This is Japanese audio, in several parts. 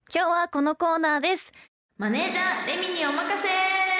今日はこのコーナーです。マネージャーレミにお任せ。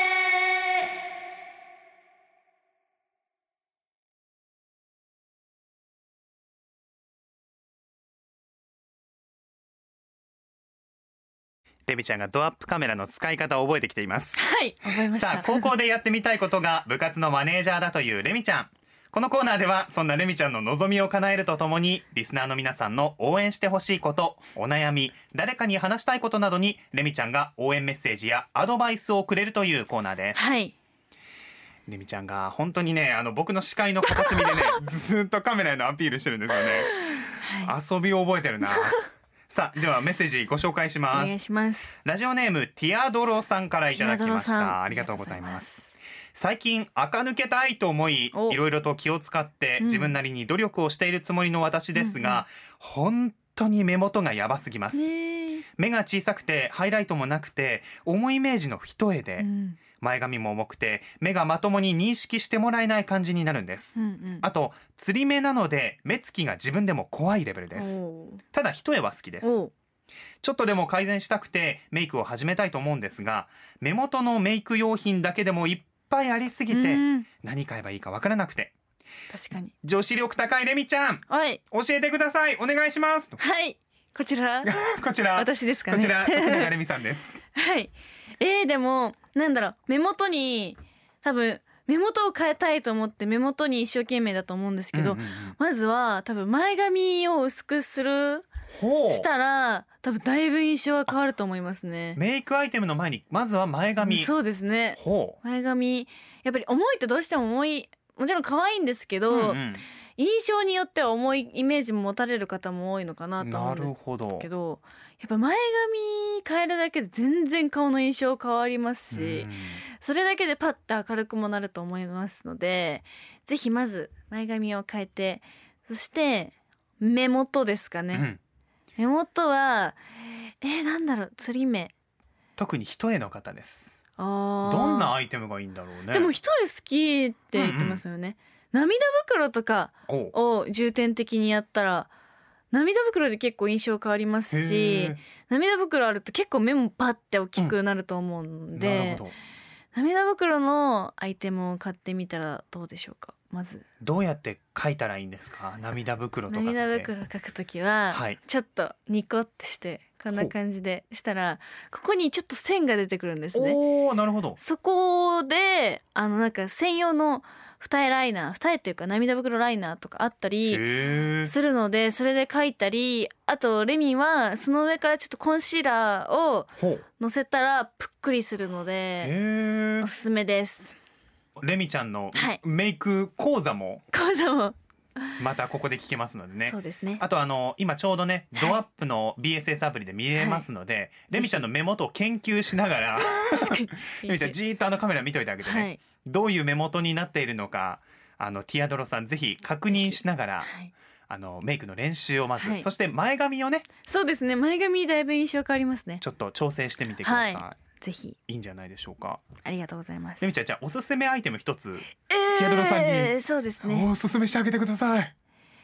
レミちゃんがドアップカメラの使い方を覚えてきています。 はい、覚えました。 さあ、高校でやってみたいことが部活のマネージャーだというレミちゃん。このコーナーではそんなレミちゃんの望みを叶えるとともに、リスナーの皆さんの応援してほしいこと、お悩み、誰かに話したいことなどにレミちゃんが応援メッセージやアドバイスをくれるというコーナーです。 はい。 レミちゃんが本当にね、僕の視界の片隅でねずっとカメラへのアピールしてるんですよね、はい、遊びを覚えてるなさあ、ではメッセージご紹介します。 お願いします。 ラジオネームティアドロさんからいただきました。ありがとうございます。最近垢抜けたいと思い、いろいろと気を使って自分なりに努力をしているつもりの私ですが、本当に目元がやばすぎます。目が小さくてハイライトもなくて重いイメージの一重で、前髪も重くて目がまともに認識してもらえない感じになるんです、あと釣り目なので目つきが自分でも怖いレベルです。ただ一重は好きです。ちょっとでも改善したくてメイクを始めたいと思うんですが、目元のメイク用品だけでもいっぱいありすぎて、何買えばいいかわからなくて。 確かに女子力高いレミちゃん、はい、教えてください、お願いします。 はい、こちらこちら私ですかね。 こちら徳永レミさんですはい。でもなんだろう、目元に多分目元を変えたいと思って目元に一生懸命だと思うんですけど、まずは多分前髪を薄くしたら多分だいぶ印象は変わると思いますね。 メイクアイテムの前にまずは前髪、 そうですね。前髪やっぱり重いとどうしてももちろん可愛いんですけど、印象によっては重いイメージも持たれる方も多いのかなと思うんですけど、やっぱ前髪変えるだけで全然顔の印象変わりますし、それだけでパッと明るくもなると思いますので、ぜひまず前髪を変えて、そして目元ですかね、目元はなんだろう、釣り目、 特に一重の方です。どんなアイテムがいいんだろうね。 でも一重好きって言ってますよね、涙袋とかを重点的にやったら涙袋で結構印象変わりますし、涙袋あると結構目もパッて大きくなると思うんで、涙袋のアイテムを買ってみたらどうでしょうか。まずどうやって描いたらいいんですか、涙袋とかって。 涙袋描くときは、ちょっとニコってしてこんな感じでしたら、ここにちょっと線が出てくるんですね。 なるほど。 そこでなんか専用の二重っていうか涙袋ライナーとかあったりするので、それで描いたり、あとレミはその上からちょっとコンシーラーをのせたらぷっくりするのでおすすめです。 レミちゃんのメイク講座もまたここで聞けますのでね。 そうですね。 あと今ちょうどね、ドアップの BSS アプリで見れますので、レミちゃんの目元を研究しながらレミちゃんじーっとカメラ見といてあげてね、どういう目元になっているのかティアドロさんぜひ確認しながら、メイクの練習をまず、そして前髪をね。 そうですね、前髪だいぶ印象変わりますね。 ちょっと調整してみてください。 ぜひ。 いいんじゃないでしょうか。 ありがとうございます。 レミちゃん、じゃあおすすめアイテム一つ、ティアドロさんにそうですね、 おすすめしてあげてください。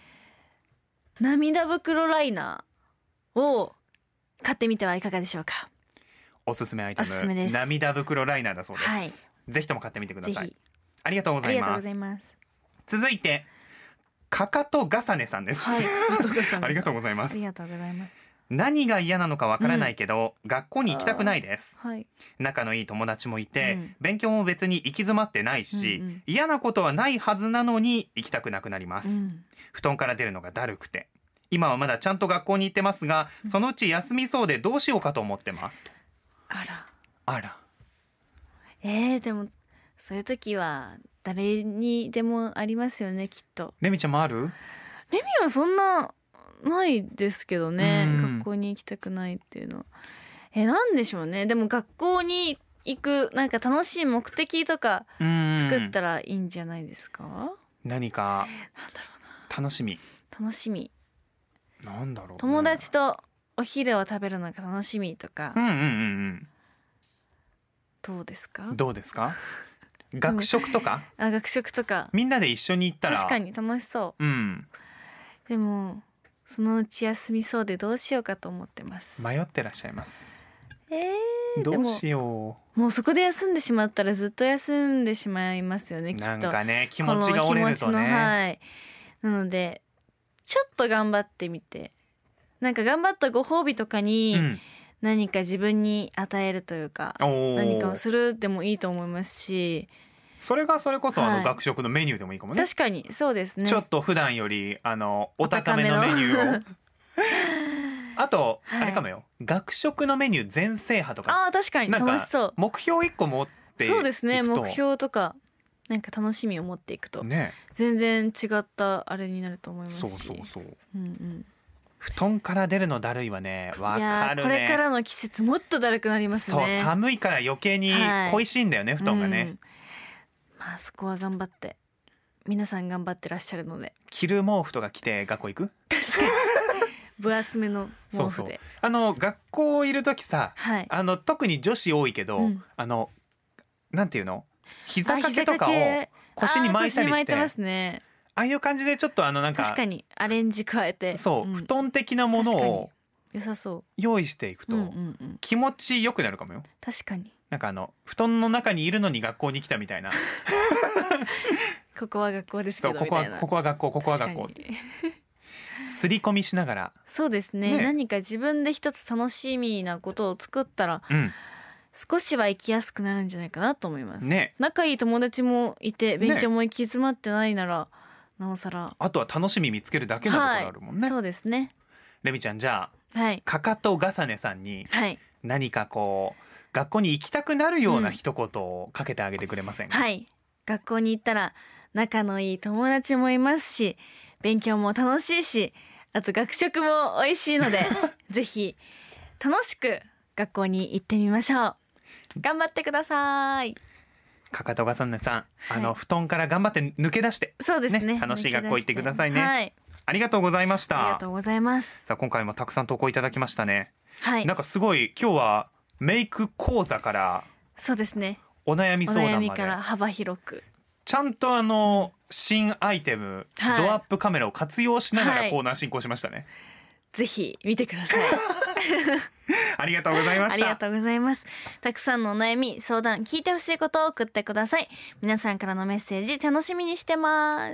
涙袋ライナーを買ってみてはいかがでしょうか。 おすすめアイテム、涙袋ライナーだそうです、ぜひとも買ってみてください。ありがとうございます。続いてかかとがさねさんです、ありがとうございます。何が嫌なのかわからないけど、学校に行きたくないです、仲のいい友達もいて、勉強も別に行き詰まってないし、嫌なことはないはずなのに行きたくなくなります、布団から出るのがだるくて、今はまだちゃんと学校に行ってますが、そのうち休みそうでどうしようかと思ってますと。あらでもそういう時は誰にでもありますよね、きっと。 レミちゃんもある？ レミはそんなないですけどね、学校に行きたくないっていうのは。なんでしょうね。でも学校に行くなんか楽しい目的とか作ったらいいんじゃないですか。 何か楽しみなんだろう、ね、 友達とお昼を食べるのが楽しみとか、どうですか学食とかみんなで一緒に行ったら確かに楽しそう、でもそのうち休みそうでどうしようかと思ってます。 迷ってらっしゃいます。 どうしよう。もうそこで休んでしまったらずっと休んでしまいますよね、きっと。 なんかね、気持ちが折れるとね。 はい。なのでちょっと頑張ってみて、なんか頑張ったご褒美とかに何か自分に与えるというか、何かをするでもいいと思いますし、それこそ学食のメニューでもいいかもね。 確かにそうですね。 ちょっと普段よりお高めのメニューをあと、あれかもよ、学食のメニュー全制覇とか。 確かに楽しそう。 目標1個持っていくと。 そうですね、目標とかなんか楽しみを持っていくと、全然違ったあれになると思いますし。そう、 布団から出るのだるいはね、わかるね。 これからの季節もっとだるくなりますね。 そう、寒いから余計に恋しいんだよね、布団がね。 まあそこは頑張って、皆さん頑張ってらっしゃるので。 着る毛布とか着て学校行く？ 確かに分厚めの毛布で。 学校いる時さ、特に女子多いけど、なんていうの、膝掛けとかを腰に巻いたりして、ああいう感じでちょっとなんか確かにアレンジ加えて、 布団的なものを良さそう用意していくと気持ちよくなるかもよ。 確かに。 なんか布団の中にいるのに学校に来たみたいなここは学校ですけどみたいな。 ここは学校、ここは学校ってすり込みしながら。 そうですね、何か自分で一つ楽しみなことを作ったら、少しは生きやすくなるんじゃないかなと思います。仲いい友達もいて勉強も行き詰まってないなら、なおさら。 あとは楽しみ見つけるだけのところあるもんね。 そうですね。 レミちゃん、じゃあ、かかとがさねさんに何かこう学校に行きたくなるような一言をかけてあげてくれませんか？ 学校に行ったら仲のいい友達もいますし、勉強も楽しいし、あと学食も美味しいのでぜひ楽しく学校に行ってみましょう。頑張ってください。 かかとがさねさん、布団から頑張って抜け出して、 そうですね、 楽しい学校行ってくださいね。ありがとうございました。 ありがとうございます。 さあ、今回もたくさん投稿いただきましたね。なんかすごい今日はメイク講座から、 そうですね、 お悩み相談まで、 お悩みから幅広くちゃんと新アイテム、ドアップカメラを活用しながらコーナー進行しましたね。 ぜひ見てくださいありがとうございました。 ありがとうございます。たくさんのお悩み、相談、聞いてほしいことを送ってください。皆さんからのメッセージ楽しみにしてます。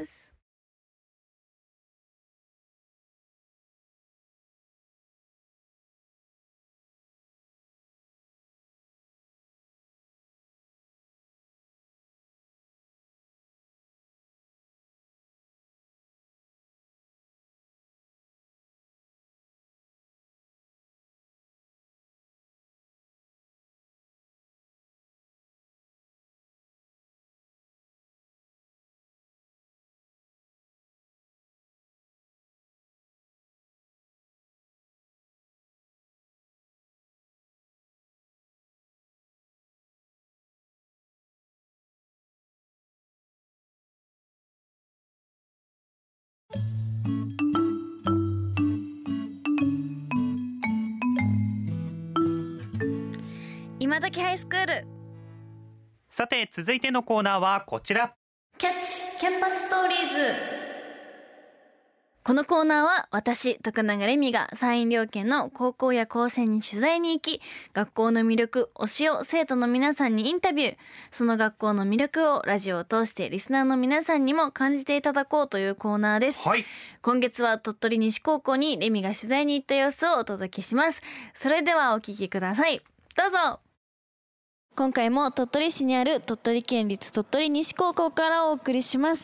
今時ハイスクール。 さて、続いてのコーナーはこちら。 キャッチキャンパスストーリーズ。このコーナーは私徳永レミが山陰両県の高校や高専に取材に行き、学校の魅力、推しを生徒の皆さんにインタビュー。その学校の魅力をラジオを通してリスナーの皆さんにも感じていただこうというコーナーです。今月は鳥取西高校にレミが取材に行った様子をお届けします。それではお聞きください。どうぞ。今回も鳥取市にある鳥取県立鳥取西高校からお送りします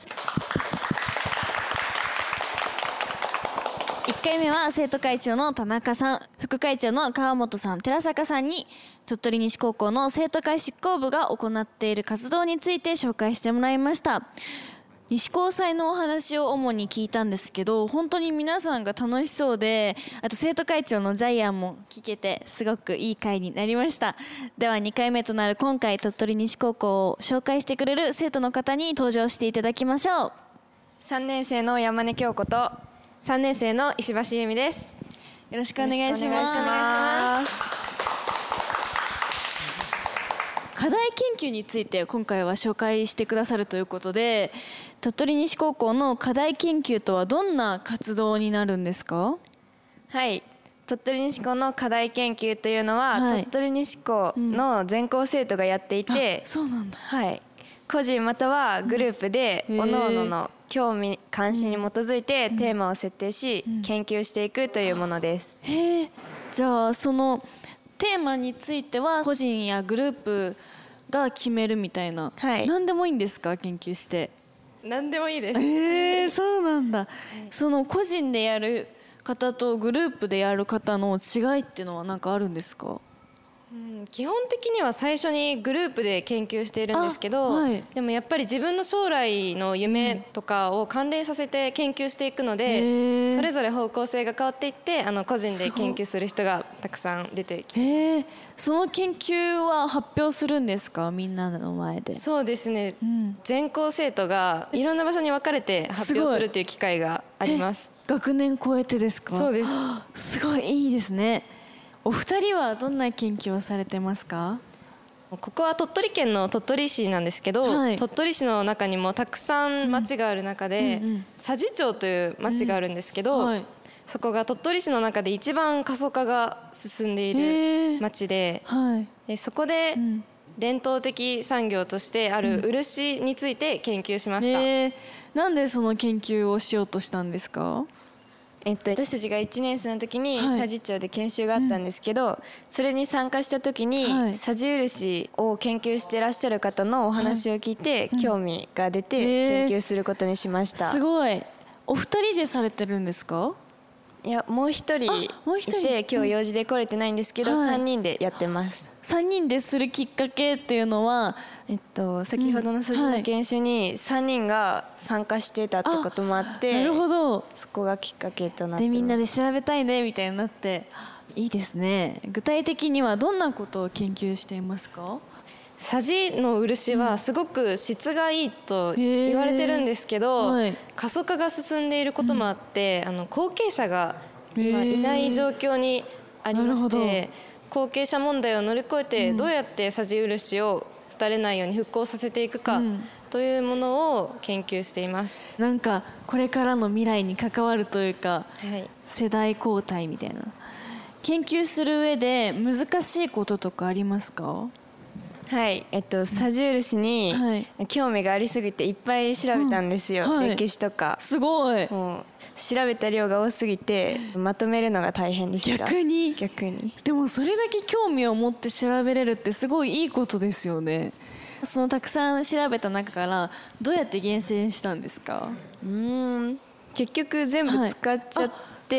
。1回目は生徒会長の田中さん、副会長の川本さん、寺坂さんに鳥取西高校の生徒会執行部が行っている活動について紹介してもらいました。西高祭のお話を主に聞いたんですけど、本当に皆さんが楽しそうで、あと生徒会長のジャイアンも聞けてすごくいい会になりました。では2回目となる今回鳥取西高校を紹介してくれる生徒の方に登場していただきましょう。 3年生の山根京子と3年生の石橋由美です。 よろしくお願いします。課題研究について今回は紹介してくださるということで、 鳥取西高校の課題研究とはどんな活動になるんですか？ はい、鳥取西高の課題研究というのは、鳥取西高の全校生徒がやっていて、 そうなんだ。 はい、個人またはグループで各々の興味関心に基づいてテーマを設定し、研究していくというものです。 へえ。じゃあそのテーマについては個人やグループが決めるみたいな、何でもいいんですか？研究して。 何でもいいです。 そうなんだ。その個人でやる方とグループでやる方の違いっていうのは何かあるんですか？ 基本的には最初にグループで研究しているんですけど、でもやっぱり自分の将来の夢とかを関連させて研究していくので、それぞれ方向性が変わっていって、個人で研究する人がたくさん出てきて、 その研究は発表するんですか？みんなの前で。 そうですね、全校生徒がいろんな場所に分かれて発表するっていう機会があります。 学年超えてですか？ そうです。 すごいいいですね。お二人はどんな研究をされてますか？ ここは鳥取県の鳥取市なんですけど、鳥取市の中にもたくさん町がある中で、佐治町という町があるんですけど、そこが鳥取市の中で一番過疎化が進んでいる町で、そこで伝統的産業としてある漆について研究しました。 なんでその研究をしようとしたんですか？ 私たちが1年生の時に佐治町で研修があったんですけど、それに参加した時に佐治漆を研究してらっしゃる方のお話を聞いて興味が出て研究することにしました。 すごい。お二人でされてるんですか？ いや、もう一人いて今日用事で来れてないんですけど、3人でやってます。 3人でするきっかけっていうのは、 先ほどの佐治の研修に3人が参加してたってこともあって、 なるほど。 そこがきっかけとなってます。 でみんなで調べたいねみたいになって、いいですね。具体的にはどんなことを研究していますか？ 佐治の漆はすごく質がいいと言われてるんですけど、過疎化が進んでいることもあって、後継者が今いない状況にありまして、後継者問題を乗り越えてどうやって佐治漆を廃れないように復興させていくかというものを研究しています。 なんかこれからの未来に関わるというか、世代交代みたいな。研究する上で難しいこととかありますか？ はい、佐治漆に興味がありすぎていっぱい調べたんですよ、歴史とか。 すごい。 もう調べた量が多すぎてまとめるのが大変でした。 逆にでもそれだけ興味を持って調べれるってすごいいいことですよね。そのたくさん調べた中からどうやって厳選したんですか？ 結局全部使っちゃって、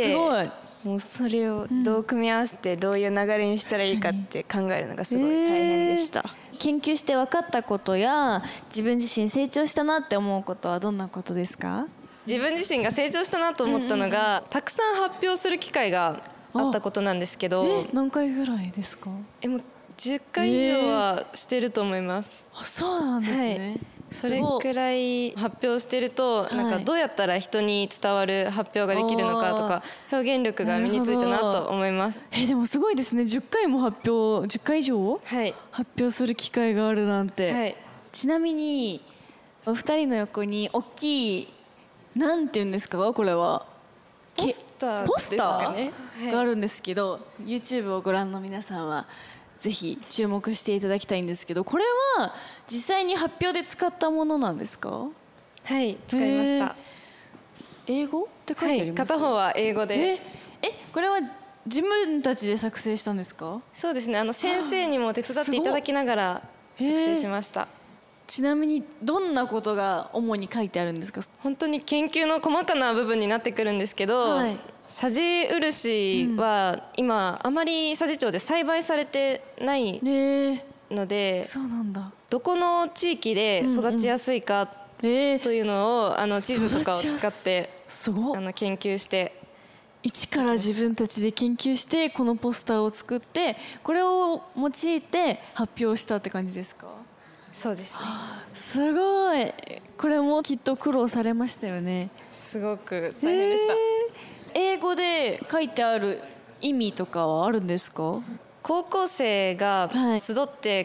すごい。 もうそれをどう組み合わせてどういう流れにしたらいいかって考えるのがすごい大変でした。 研究して分かったことや自分自身成長したなって思うことはどんなことですか？ 自分自身が成長したなと思ったのが、たくさん発表する機会があったことなんですけど。 何回ぐらいですか？ もう10回以上はしてると思います。 そうなんですね。 それくらい発表してると、なんかどうやったら人に伝わる発表ができるのかとか、表現力が身についたなと思います。 でもすごいですね。10回も10回以上、発表する機会があるなんて。ちなみにお二人の横に大きい、なんていうんですか、これはポスターがあるんですけど、YouTube をご覧の皆さんはぜひ注目していただきたいんですけど、これは実際に発表で使ったものなんですか？ はい、使いました。 英語って書いてあります？ 片方は英語で。 これは自分たちで作成したんですか？ そうですね。先生にも手伝っていただきながら作成しました。 ちなみにどんなことが主に書いてあるんですか？ 本当に研究の細かな部分になってくるんですけど、佐治漆は今あまり佐治町で栽培されてないので、どこの地域で育ちやすいかというのを地図とかを使って研究して、 一から自分たちで研究してこのポスターを作って、これを用いて発表したって感じですか？ そうですね。 すごい。これもきっと苦労されましたよね。 すごく大変でした。 英語で書いてある意味とかはあるんですか？ 高校生が集って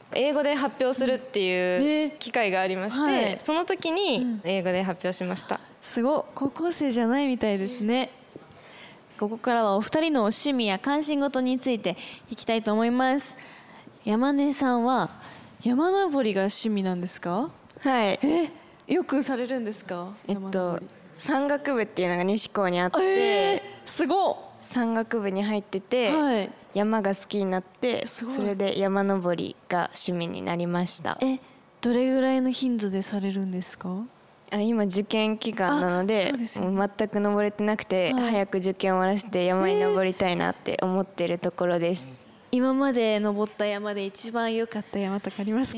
英語で発表するっていう機会がありまして、その時に英語で発表しました。 すごい、高校生じゃないみたいですね。ここからはお二人の趣味や関心事について聞きたいと思います。山根さんは山登りが趣味なんですか？ はい。 よくされるんですか？ 山岳部っていうのが西高にあって、 すごい。 山岳部に入ってて、山が好きになって、それで山登りが趣味になりました。 どれぐらいの頻度でされるんですか？ 今受験期間なので、もう全く登れてなくて、早く受験終わらせて山に登りたいなって思ってるところです。 今まで登った山で一番良かった山とかありますか？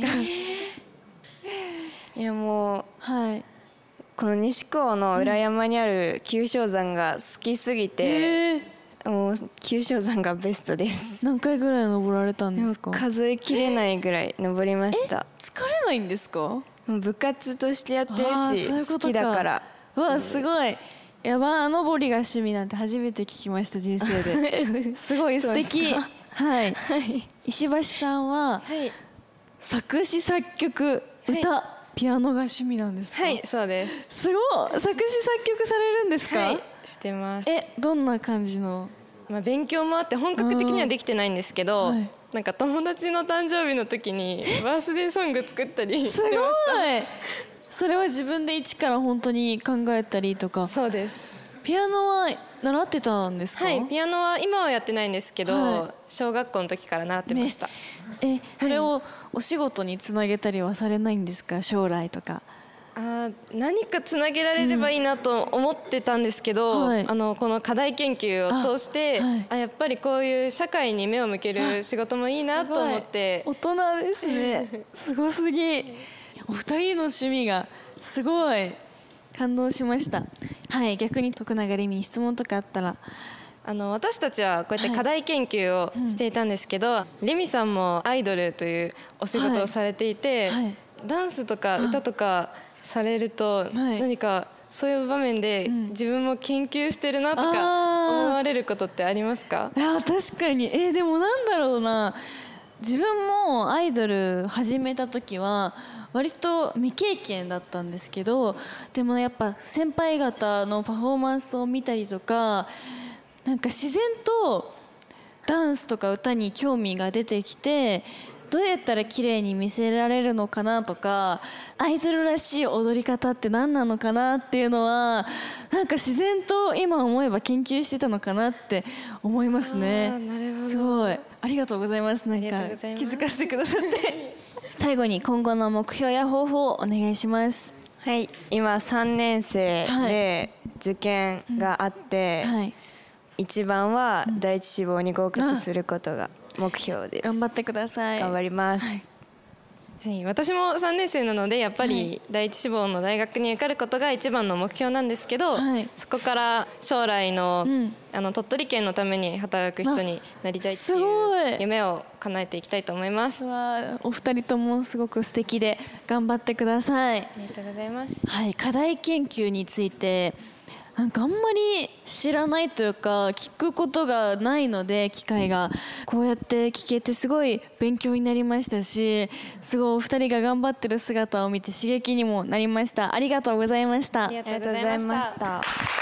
いやもう、この西高の裏山にある旧正山が好きすぎて、もう旧正山がベストです。 何回ぐらい登られたんですか？ 数えきれないぐらい登りました。 疲れないんですか？ 部活としてやってるし、好きだから。 わ、すごい。山登りが趣味なんて初めて聞きました、人生で。すごい素敵。石橋さんは作詞作曲、歌、ピアノが趣味なんですか？ はい、そうです。 すごい。作詞作曲されるんですか？ してます。 どんな感じの？ 勉強もあって本格的にはできてないんですけど、なんか友達の誕生日の時にバースデーソング作ったりしてました。すごい。 それは自分で一から本当に考えたりとか？ そうです。 ピアノは習ってたんですか？ ピアノは今はやってないんですけど、小学校の時から習ってました。 それをお仕事につなげたりはされないんですか？将来とか。 何かつなげられればいいなと思ってたんですけど、この課題研究を通して、やっぱりこういう社会に目を向ける仕事もいいなと思って。 大人ですね。すごすぎ。お二人の趣味がすごい感動しました。逆に徳永レミ質問とかあったら。 私たちはこうやって課題研究をしていたんですけど、レミさんもアイドルというお仕事をされていて、ダンスとか歌とかされると、何かそういう場面で自分も研究してるなとか思われることってありますか？ 確かに。でもなんだろうな、自分もアイドル始めた時は割と未経験だったんですけど、でもやっぱ先輩方のパフォーマンスを見たりとか、なんか自然とダンスとか歌に興味が出てきて、どうやったら綺麗に見せられるのかなとか、アイドルらしい踊り方って何なのかなっていうのは、なんか自然と今思えば研究してたのかなって思いますね。 なるほど。 すごい、ありがとうございます。なんか気づかせてくださって最後に今後の目標や抱負をお願いします。 今3年生で受験があって、一番は第一志望に合格することが目標です。 頑張ってください。 頑張ります。 私も3年生なのでやっぱり第一志望の大学に受かることが一番の目標なんですけど、そこから将来の、鳥取県のために働く人になりたいっていう夢を叶えていきたいと思います。 お二人ともすごく素敵で頑張ってください。 ありがとうございます。 課題研究についてなんかあんまり知らないというか聞くことがないので、機会がこうやって聞けてすごい勉強になりましたし、すごいお二人が頑張ってる姿を見て刺激にもなりました。ありがとうございました。 ありがとうございました。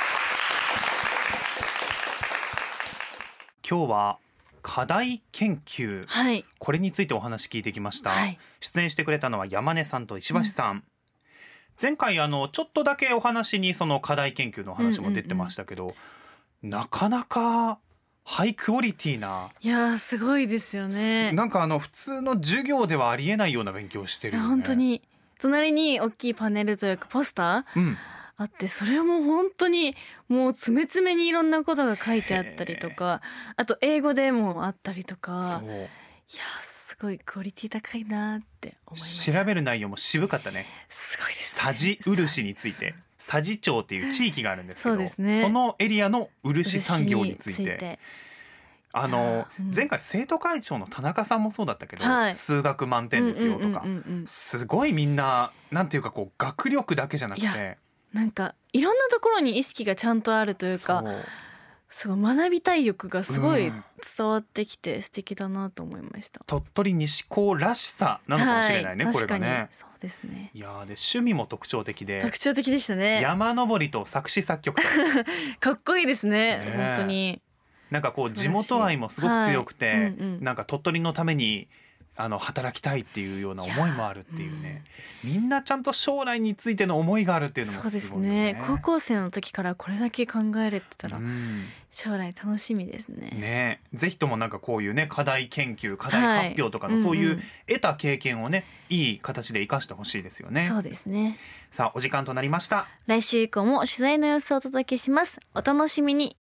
今日は課題研究、これについてお話聞いてきました。出演してくれたのは山根さんと石橋さん。前回ちょっとだけお話にその課題研究の話も出てましたけど、なかなかハイクオリティな。 いやすごいですよね。 なんか普通の授業ではありえないような勉強をしてるよね。 本当に隣に大きいパネルというかポスター、あって、それも本当にもう詰め詰めにいろんなことが書いてあったりとか、あと英語でもあったりとか。いやすごいクオリティ高いなって思いました。 調べる内容も渋かったね。 すごいですね。 佐治漆について、佐治町っていう地域があるんですけど、 そうですね、 そのエリアの漆産業について。前回生徒会長の田中さんもそうだったけど、数学満点ですよとか、すごいみんななんていうかこう学力だけじゃなくて、 なんかいろんなところに意識がちゃんとあるというか、 すごい学びたい欲がすごい伝わってきて素敵だなと思いました。 鳥取西高らしさなのかもしれないね、これがね。 そうですね。 いやで趣味も特徴的でしたね。 山登りと作詞作曲とかっこいいですね、本当に。 なんかこう地元愛もすごく強くて、なんか鳥取のために働きたいっていうような思いもあるっていうね、みんなちゃんと将来についての思いがあるっていうのもすごいよね。 そうですね。高校生の時からこれだけ考えれてたら、将来楽しみですね。 ね、ぜひともなんかこういうね課題研究課題発表とかのそういう得た経験をね、いい形で生かしてほしいですよね。 そうですね。 さあお時間となりました。 来週以降も取材の様子をお届けします。お楽しみに。